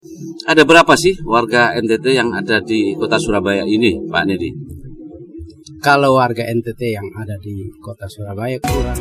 Ada berapa sih warga NTT yang ada di kota Surabaya ini, Pak Nedi? Kalau warga NTT yang ada di kota Surabaya kurang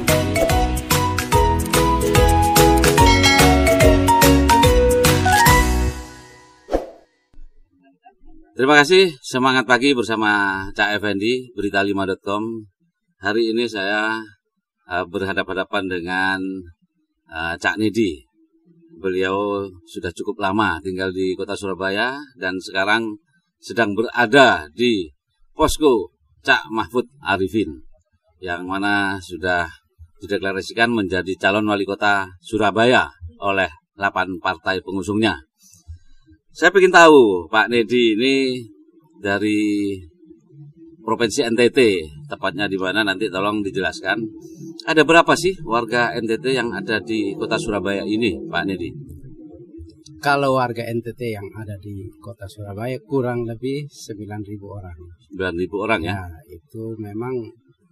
Terima kasih, semangat pagi bersama Cak Effendi, berita5.com. Hari ini saya berhadapan-hadapan dengan Cak Nedi. Beliau sudah cukup lama tinggal di kota Surabaya dan sekarang sedang berada di posko Cak Mahfud Arifin, yang mana sudah dideklarasikan menjadi calon wali kota Surabaya oleh 8 partai pengusungnya. Saya ingin tahu, Pak Nedi ini dari Provinsi NTT, tepatnya di mana nanti tolong dijelaskan. Ada berapa sih warga NTT yang ada di kota Surabaya ini, Pak Nedi? Kalau warga NTT yang ada di kota Surabaya kurang lebih 9.000 orang. 9.000 orang ya? Ya, itu memang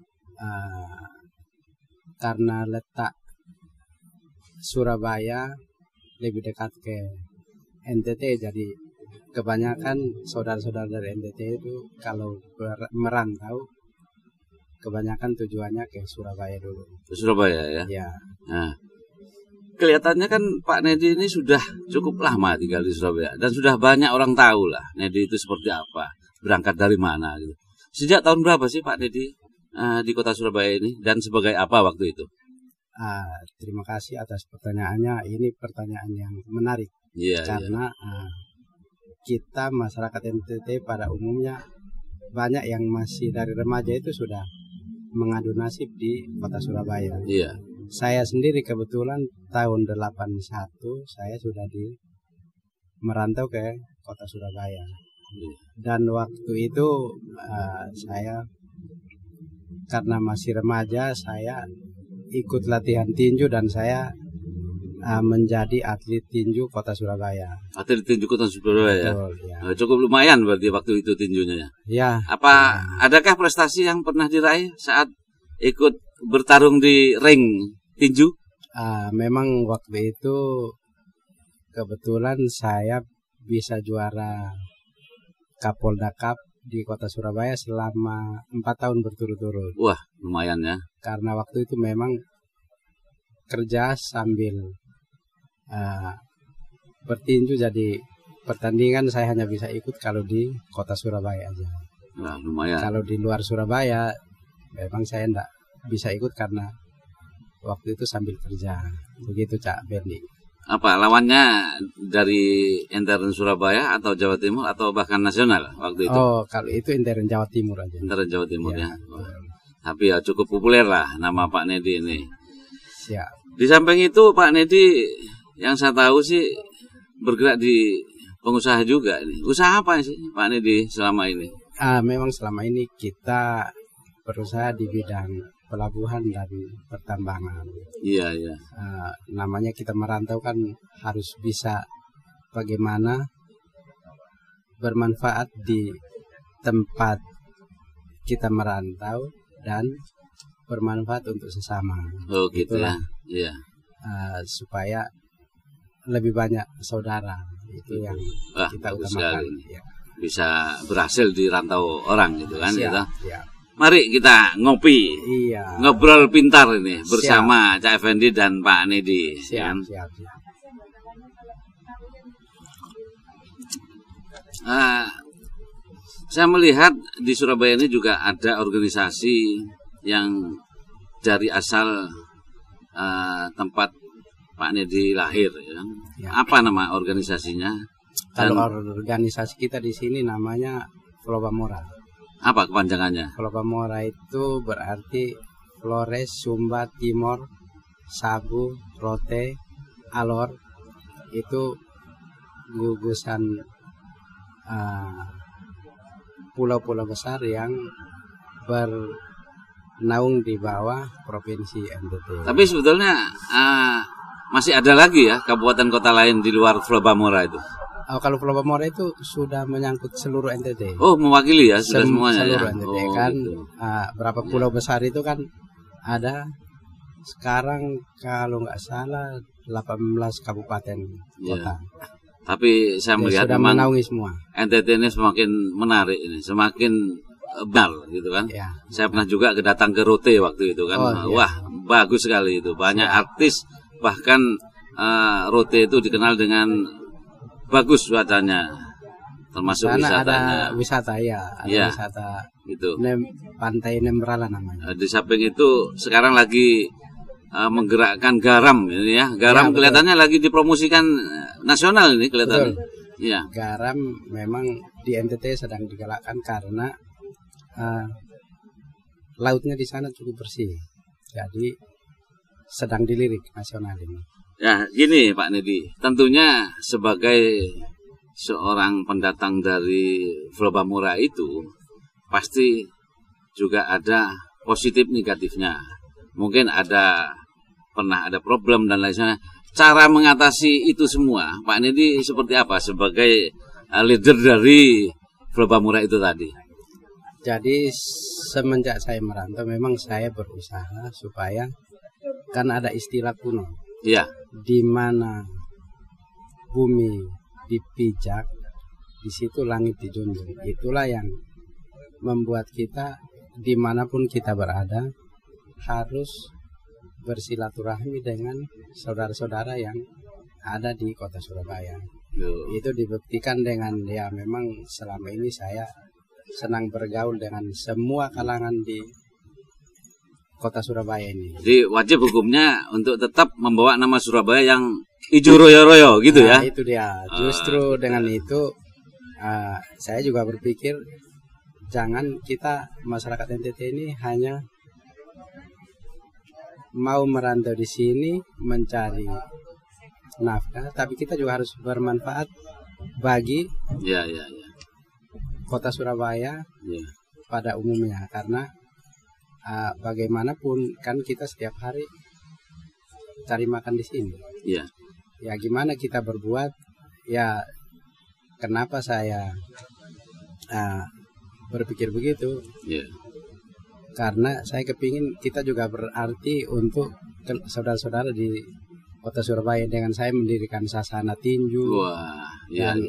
karena letak Surabaya lebih dekat ke NTT, jadi kebanyakan saudara-saudara dari NTT itu kalau merantau kebanyakan tujuannya ke Surabaya dulu. Ke Surabaya ya? Ya. Nah, kelihatannya kan Pak Nedi ini sudah cukup lama tinggal di Surabaya dan sudah banyak orang tahu lah Nedi itu seperti apa, berangkat dari mana gitu. Sejak tahun berapa sih Pak Nedi di kota Surabaya ini dan sebagai apa waktu itu? Terima kasih atas pertanyaannya. Ini pertanyaan yang menarik. Iya, karena kita masyarakat NTT pada umumnya banyak yang masih dari remaja itu sudah mengadu nasib di kota Surabaya. Iya. Saya sendiri kebetulan tahun 81 saya sudah merantau ke kota Surabaya. Iya. Dan waktu itu saya karena masih remaja, saya ikut latihan tinju dan saya menjadi atlet tinju kota Surabaya. Atlet tinju kota Surabaya. Betul, ya. Cukup lumayan berarti waktu itu tinjunya ya. Ya. Adakah prestasi yang pernah diraih saat ikut bertarung di ring tinju? Memang waktu itu kebetulan saya bisa juara Kapolda Cup di kota Surabaya selama 4 tahun berturut-turut. Wah, lumayan ya. Karena waktu itu memang kerja sambil bertinju, jadi pertandingan saya hanya bisa ikut kalau di kota Surabaya aja. Nah, lumayan. Kalau di luar Surabaya memang saya tidak bisa ikut karena waktu itu sambil kerja. Begitu Cak Bendi. Apa lawannya dari intern Surabaya atau Jawa Timur atau bahkan nasional waktu itu? Oh, kalau itu intern Jawa Timur aja. Intern Jawa Timur ya. Tapi ya cukup populer lah nama Pak Nedi ini. Siap. Di samping itu Pak Nedi yang saya tahu sih bergerak di pengusaha juga ini. Usaha apa sih Pak Nedi selama ini? Memang selama ini kita berusaha di bidang pelabuhan dan pertambangan. Iya, iya. Namanya kita merantau kan harus bisa bagaimana bermanfaat di tempat kita merantau dan bermanfaat untuk sesama. Oh gitu ya. Iya. Supaya lebih banyak saudara, itu yang kita utamakan. Ya. Bisa berhasil di rantau orang gitu kan. Siap, gitu. siap. Mari kita ngopi, iya. Ngobrol pintar ini bersama Cak Effendi dan Pak Nedi. Siap, siap, siap. Saya melihat di Surabaya ini juga ada organisasi yang dari asal tempat Pak Nedi lahir. Ya. Apa nama organisasinya? Kalau organisasi kita di sini namanya Flobamora. Apa kepanjangannya? Flobamora itu berarti Flores, Sumba, Timor, Sagu, Rote, Alor. Itu gugusan pulau-pulau besar yang bernaung di bawah Provinsi NTT. Tapi sebetulnya masih ada lagi ya kabupaten kota lain di luar Flobamora itu? Kalau Flobamora itu sudah menyangkut seluruh NTT. Oh, mewakili ya sudah semuanya seluruh ya. NTT kan gitu. Berapa pulau besar itu kan ada sekarang kalau nggak salah 18 kabupaten kota. Tapi saya melihat sudah memang menaungi semua. NTT ini semakin menarik ini, semakin benar gitu kan. Ya. Saya pernah juga datang ke Rote waktu itu kan. Wah, bagus sekali itu. Banyak artis, bahkan Rote itu dikenal dengan bagus wisatanya, termasuk wisatanya. Ada wisata ya, ada wisata gitu. Pantai Nembrala namanya. Di samping itu sekarang lagi menggerakkan garam ini ya. Garam kelihatannya lagi dipromosikan nasional ini kelihatannya. Iya. Garam memang di NTT sedang digalakkan karena lautnya di sana cukup bersih. Jadi sedang dilirik nasional ini. Ya, gini Pak Nedi. Tentunya sebagai seorang pendatang dari Pulau Bamura itu pasti juga ada positif negatifnya. Mungkin pernah ada problem dan lain sebagainya. Cara mengatasi itu semua, Pak Nedi seperti apa sebagai leader dari Pulau Bamura itu tadi? Jadi semenjak saya merantau memang saya berusaha supaya kan ada istilah kuno. Iya. Di mana bumi dipijak, di situ langit dijunjung. Itulah yang membuat kita dimanapun kita berada harus bersilaturahmi dengan saudara-saudara yang ada di kota Surabaya. Itu dibuktikan dengan memang selama ini saya senang bergaul dengan semua kalangan di kota Surabaya ini. Jadi wajib hukumnya untuk tetap membawa nama Surabaya yang ijo royo-royo gitu ya. Itu dia. Justru dengan itu saya juga berpikir jangan kita masyarakat NTT ini hanya mau merantau di sini mencari nafkah, tapi kita juga harus bermanfaat bagi kota Surabaya pada umumnya, karena bagaimanapun kan kita setiap hari cari makan di sini. Ya gimana kita berbuat? Ya kenapa saya berpikir begitu? Karena saya kepingin kita juga berarti untuk saudara-saudara di kota Surabaya dengan saya mendirikan Sasana Tinju. Dan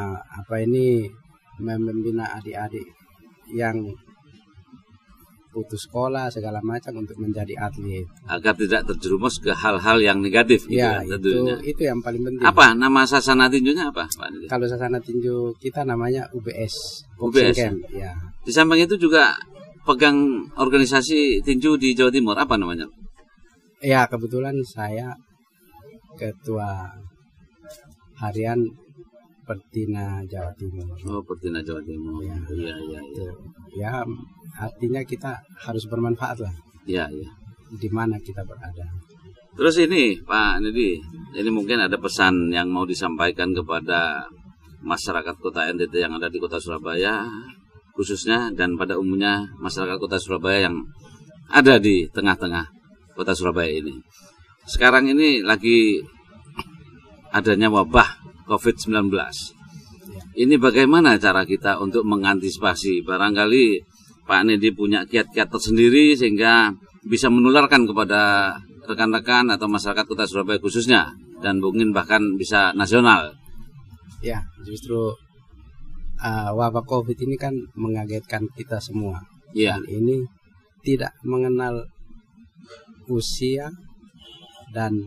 membina adik-adik yang putus sekolah segala macam untuk menjadi atlet. Agar tidak terjerumus ke hal-hal yang negatif. Tentunya. Itu yang paling penting. Apa nama Sasana Tinjunya apa, Pak? Kalau Sasana Tinju kita namanya UBS. Camp. Ya. Di samping itu juga pegang organisasi tinju di Jawa Timur, apa namanya? Ya, kebetulan saya ketua harian Pertina Jawa Timur. Pertina Jawa Timur. Ya, artinya kita harus bermanfaat lah. Di mana kita berada. Terus ini Pak Nedi, ini mungkin ada pesan yang mau disampaikan kepada masyarakat kota NTT yang ada di kota Surabaya khususnya, dan pada umumnya masyarakat kota Surabaya yang ada di tengah-tengah kota Surabaya ini. Sekarang ini lagi adanya wabah COVID-19. Ini bagaimana cara kita untuk mengantisipasi? Barangkali Pak Nedi punya kiat-kiat tersendiri sehingga bisa menularkan kepada rekan-rekan atau masyarakat kota Surabaya khususnya, dan mungkin bahkan bisa nasional. Ya, justru wabah COVID ini kan mengagetkan kita semua. Dan ini tidak mengenal usia dan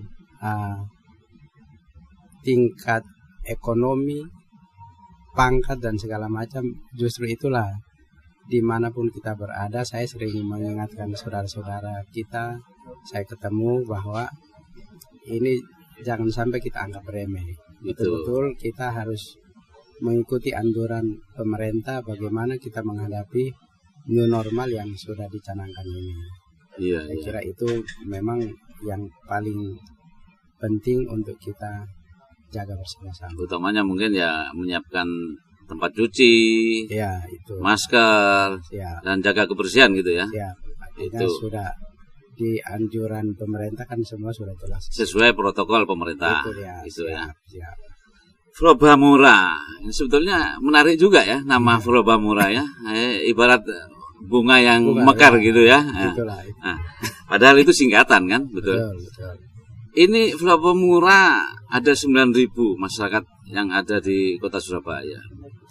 tingkat ekonomi, pangkat dan segala macam. Justru itulah dimanapun kita berada, saya sering mengingatkan saudara-saudara kita, saya ketemu bahwa ini jangan sampai kita anggap remeh. Betul-betul kita harus mengikuti anjuran pemerintah bagaimana kita menghadapi new normal yang sudah dicanangkan ini. Saya kira itu memang yang paling penting untuk kita jaga bersama-sama. Utamanya mungkin menyiapkan tempat cuci, masker, dan jaga kebersihan gitu ya. Itu sudah di anjuran pemerintah kan semua sudah jelas. Sesuai protokol pemerintah. Itu ya. Pulau Bamura, sebetulnya menarik juga ya nama Pulau Bamura ya, ibarat bunga yang mekar gitu ya. Nah, padahal itu singkatan kan, betul. Ini Flopomura ada 9.000 masyarakat yang ada di kota Surabaya.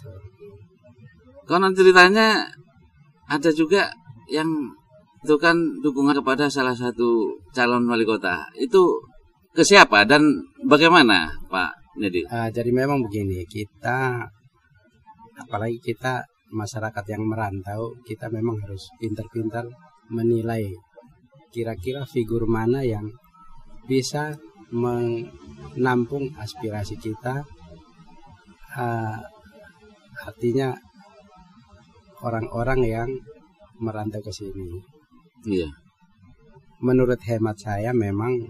Konon ceritanya ada juga yang itu kan dukungan kepada salah satu calon wali kota. Itu ke siapa dan bagaimana, Pak Nedi? Jadi memang begini, kita apalagi kita masyarakat yang merantau, kita memang harus pintar-pintar menilai kira-kira figur mana yang bisa menampung aspirasi kita, artinya orang-orang yang merantau ke sini. Iya. Menurut hemat saya memang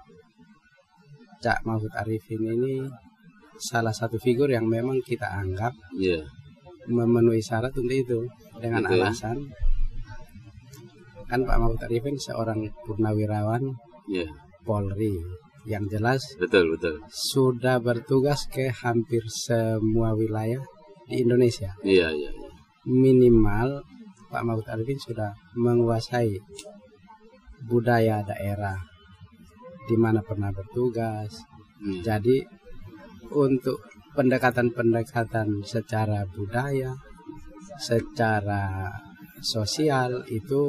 Cak Mahfud Arifin ini salah satu figur yang memang kita anggap memenuhi syarat untuk itu, dengan gitu alasan kan Pak Mahfud Arifin seorang purnawirawan Polri yang jelas betul sudah bertugas ke hampir semua wilayah di Indonesia. Iya. Minimal Pak Mahfud Arifin sudah menguasai budaya daerah di mana pernah bertugas. Jadi untuk pendekatan-pendekatan secara budaya, secara sosial itu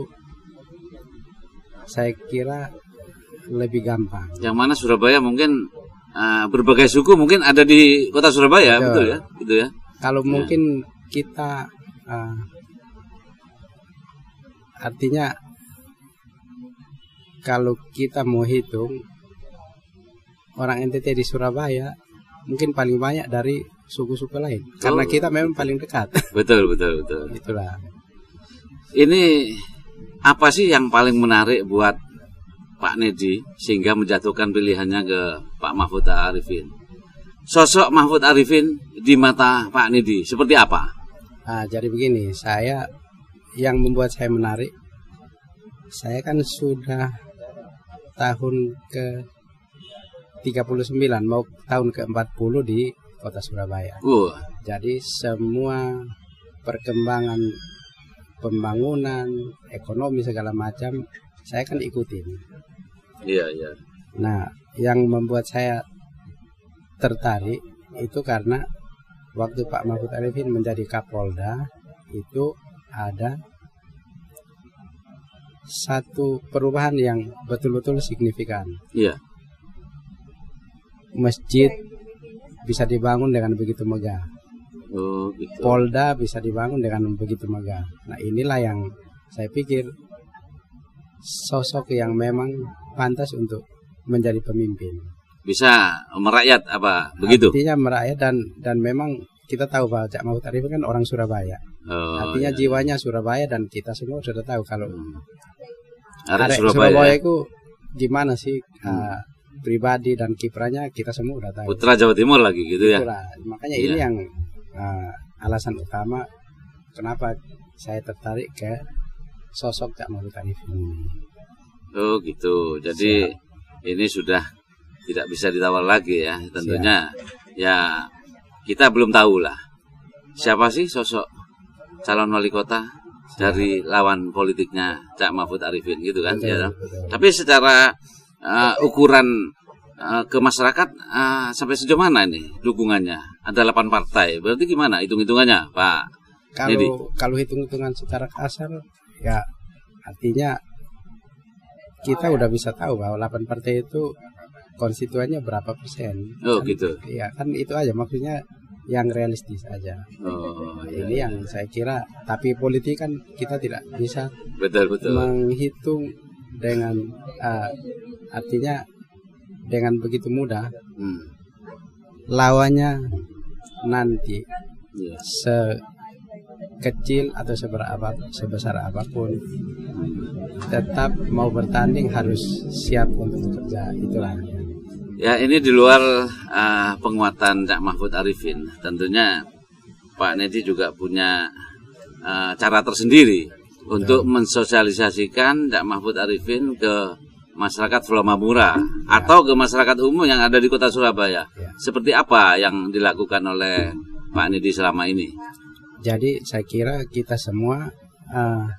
saya kira lebih gampang. Yang mana Surabaya mungkin berbagai suku mungkin ada di kota Surabaya, betul ya? Gitu ya. Kalau mungkin kita artinya kalau kita mau hitung orang NTT di Surabaya mungkin paling banyak dari suku-suku lain karena kita memang paling dekat. Betul. Itulah. Ini apa sih yang paling menarik buat Pak Nedi sehingga menjatuhkan pilihannya ke Pak Mahfud Arifin? Sosok Mahfud Arifin di mata Pak Nedi seperti apa? Jadi begini, yang membuat saya menarik, saya kan sudah tahun ke 39 mau tahun ke 40 di kota Surabaya. Jadi semua perkembangan pembangunan, ekonomi segala macam saya kan ikutin. Iya. Nah, yang membuat saya tertarik itu karena waktu Pak Mahfud Arifin menjadi Kapolda itu ada satu perubahan yang betul-betul signifikan. Iya. Masjid bisa dibangun dengan begitu megah. Gitu. Polda bisa dibangun dengan begitu megah. Nah, inilah yang saya pikir sosok yang memang pantas untuk menjadi pemimpin. Bisa merakyat apa begitu? Artinya merakyat dan memang kita tahu bahwa Cak Mahfud Arifin kan orang Surabaya. Artinya jiwanya Surabaya dan kita semua sudah tahu kalau Surabaya itu gimana sih pribadi dan kiprahnya kita semua udah tahu. Putra Jawa Timur lagi gitu. Itulah. Ya. Makanya ini yang alasan utama kenapa saya tertarik ke sosok Cak Mahfud Arifin ini. Gitu. Jadi ini sudah tidak bisa ditawar lagi ya. Tentunya ya kita belum tahu lah siapa sih sosok calon wali kota dari lawan politiknya Cak Mahfud Arifin gitu kan. Betul. Tapi secara ukuran ke masyarakat sampai sejauh mana ini dukungannya? Ada 8 partai. Berarti gimana hitung-hitungannya, Pak Nedi? Kalau hitung-hitungan secara kasar ya artinya kita udah bisa tahu bahwa 8 partai itu konstituennya berapa persen. Gitu. Iya, kan itu aja maksudnya yang realistis aja. Ini yang saya kira, tapi politik kan kita tidak bisa betul menghitung dengan artinya dengan begitu mudah. Lawannya nanti sekecil atau sebesar apapun tetap mau bertanding harus siap untuk bekerja. Itulah. Ya, ini di luar penguatan Cak Mahfud Arifin. Tentunya Pak Nedi juga punya cara tersendiri untuk mensosialisasikan Cak Mahfud Arifin ke masyarakat Flopomura atau ke masyarakat umum yang ada di kota Surabaya. Seperti apa yang dilakukan oleh Pak Nedi selama ini? Jadi saya kira kita semua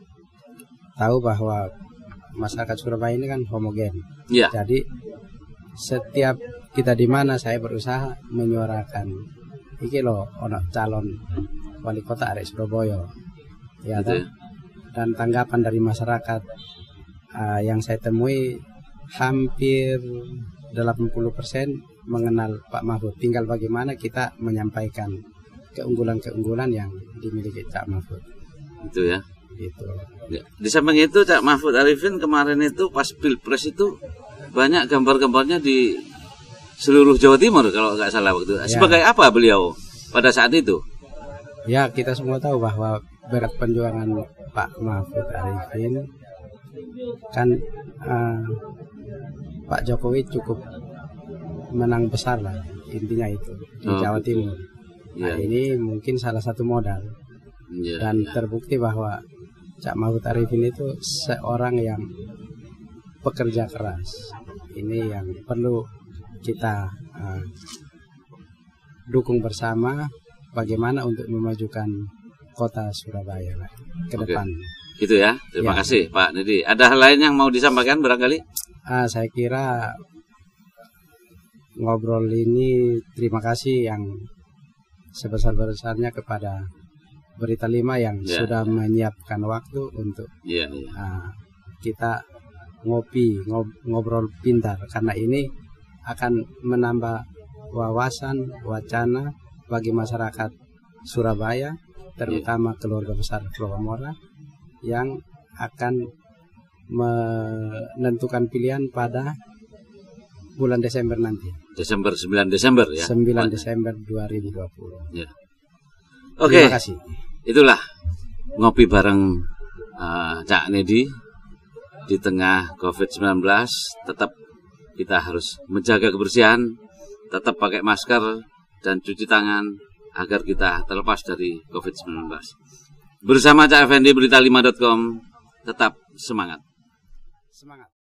tahu bahwa masyarakat Surabaya ini kan homogen. Jadi setiap kita di mana saya berusaha menyuarakan iki loh ono calon wali kota arek Surabaya ya Gitu ya. dan tanggapan dari masyarakat yang saya temui hampir 80% mengenal Pak Mahfud. Tinggal bagaimana kita menyampaikan keunggulan-keunggulan yang dimiliki Cak Mahfud. Itu ya. Gitu. Ya. Di samping itu Cak Mahfud Arifin kemarin itu pas Pilpres itu banyak gambar-gambarnya di seluruh Jawa Timur kalau nggak salah waktu itu. Ya. Sebagai apa beliau pada saat itu? Ya, kita semua tahu bahwa berat perjuangan Pak Mahfud Arifin kan Pak Jokowi cukup menang besar lah, intinya itu di Jawa Timur. Nah, ini mungkin salah satu modal dan terbukti bahwa Cak Mahfud Arifin itu seorang yang pekerja keras. Ini yang perlu kita dukung bersama bagaimana untuk memajukan kota Surabaya lah, ke depan. Gitu ya, terima kasih Pak Nedi. Ada hal lain yang mau disampaikan barangkali? Saya kira ngobrol ini terima kasih yang sebesar-besarnya kepada Berita 5 yang sudah menyiapkan waktu untuk kita ngobrol pintar, karena ini akan menambah wawasan, wacana bagi masyarakat Surabaya, terutama keluarga besar Flowamora yang akan menentukan pilihan pada bulan Desember nanti. 9 Desember ya. 9 Desember 2020. Ya. Terima kasih. Itulah ngopi bareng Cak Nedi di tengah COVID-19. Tetap kita harus menjaga kebersihan, tetap pakai masker dan cuci tangan agar kita terlepas dari COVID-19. Bersama Cak Effendi, berita5.com, tetap semangat. Semangat.